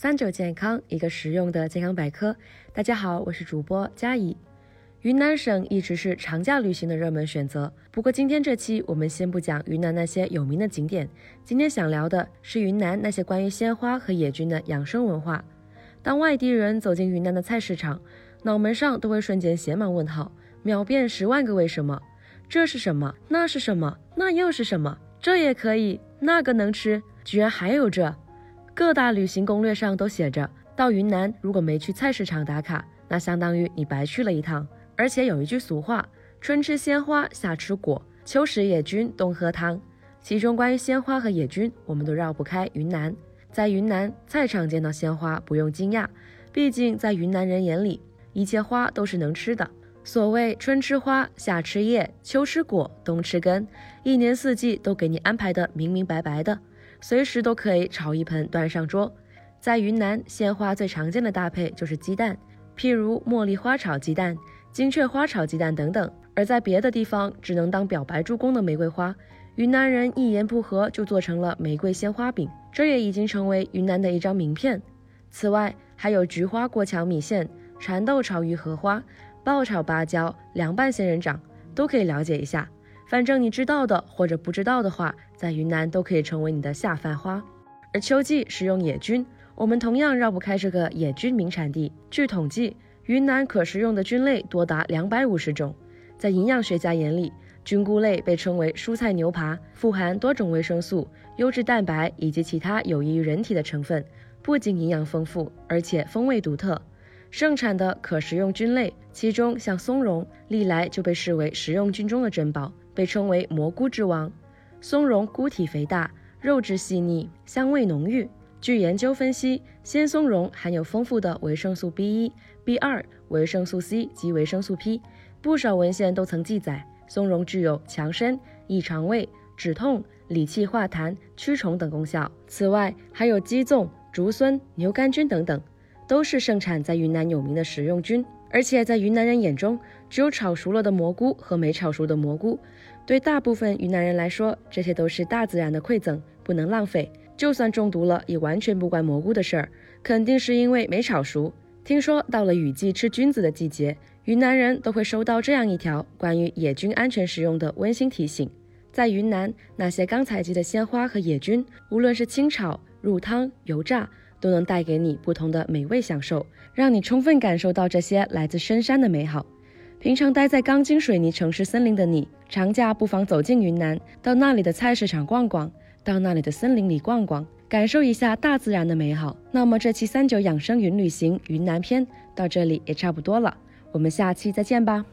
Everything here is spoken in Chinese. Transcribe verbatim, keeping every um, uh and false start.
三九健康，一个实用的健康百科。大家好，我是主播佳怡。云南省一直是长假旅行的热门选择，不过今天这期我们先不讲云南那些有名的景点，今天想聊的是云南那些关于鲜花和野菌的养生文化。当外地人走进云南的菜市场，脑门上都会瞬间写满问号，秒变十万个为什么。这是什么？那是什么？那又是什么？这也可以，那个能吃，居然还有这。各大旅行攻略上都写着，到云南如果没去菜市场打卡，那相当于你白去了一趟。而且有一句俗话，春吃鲜花，夏吃果，秋食野菌，冬喝汤。其中关于鲜花和野菌，我们都绕不开云南。在云南，菜场见到鲜花不用惊讶，毕竟在云南人眼里，一切花都是能吃的。所谓春吃花，夏吃叶，秋吃果，冬吃根，一年四季都给你安排的明明白白的，随时都可以炒一盆端上桌。在云南，鲜花最常见的搭配就是鸡蛋，譬如茉莉花炒鸡蛋、金雀花炒鸡蛋等等。而在别的地方只能当表白助攻的玫瑰花，云南人一言不合就做成了玫瑰鲜花饼，这也已经成为云南的一张名片。此外，还有菊花过桥米线、蚕豆炒玉荷花、爆炒芭蕉、凉拌仙人掌，都可以了解一下。反正你知道的或者不知道的话，在云南都可以成为你的下饭花。而秋季食用野菌，我们同样绕不开这个野菌名产地。据统计，云南可食用的菌类多达两百五十种。在营养学家眼里，菌菇类被称为蔬菜牛扒，富含多种维生素、优质蛋白以及其他有益于人体的成分，不仅营养丰富，而且风味独特。盛产的可食用菌类，其中像松茸历来就被视为食用菌中的珍宝，被称为蘑菇之王。松茸菇体肥大，肉质细腻，香味浓郁。据研究分析，鲜松茸含有丰富的维生素 B 一、B 二、维生素 C 及维生素 P。不少文献都曾记载，松茸具有强身、益肠胃、止痛、理气化痰、驱虫等功效。此外，还有鸡枞、竹荪、牛肝菌等等，都是盛产在云南有名的食用菌。而且在云南人眼中，只有炒熟了的蘑菇和没炒熟的蘑菇。对大部分云南人来说，这些都是大自然的馈赠，不能浪费。就算中毒了，也完全不关蘑菇的事儿，肯定是因为没炒熟。听说到了雨季吃菌子的季节，云南人都会收到这样一条关于野菌安全食用的温馨提醒。在云南，那些刚采集的鲜花和野菌，无论是清炒、入汤、油炸，都能带给你不同的美味享受，让你充分感受到这些来自深山的美好。平常待在钢筋水泥城市森林的你，长假不妨走进云南，到那里的菜市场逛逛，到那里的森林里逛逛，感受一下大自然的美好。那么这期三九养生云旅行云南篇到这里也差不多了，我们下期再见吧。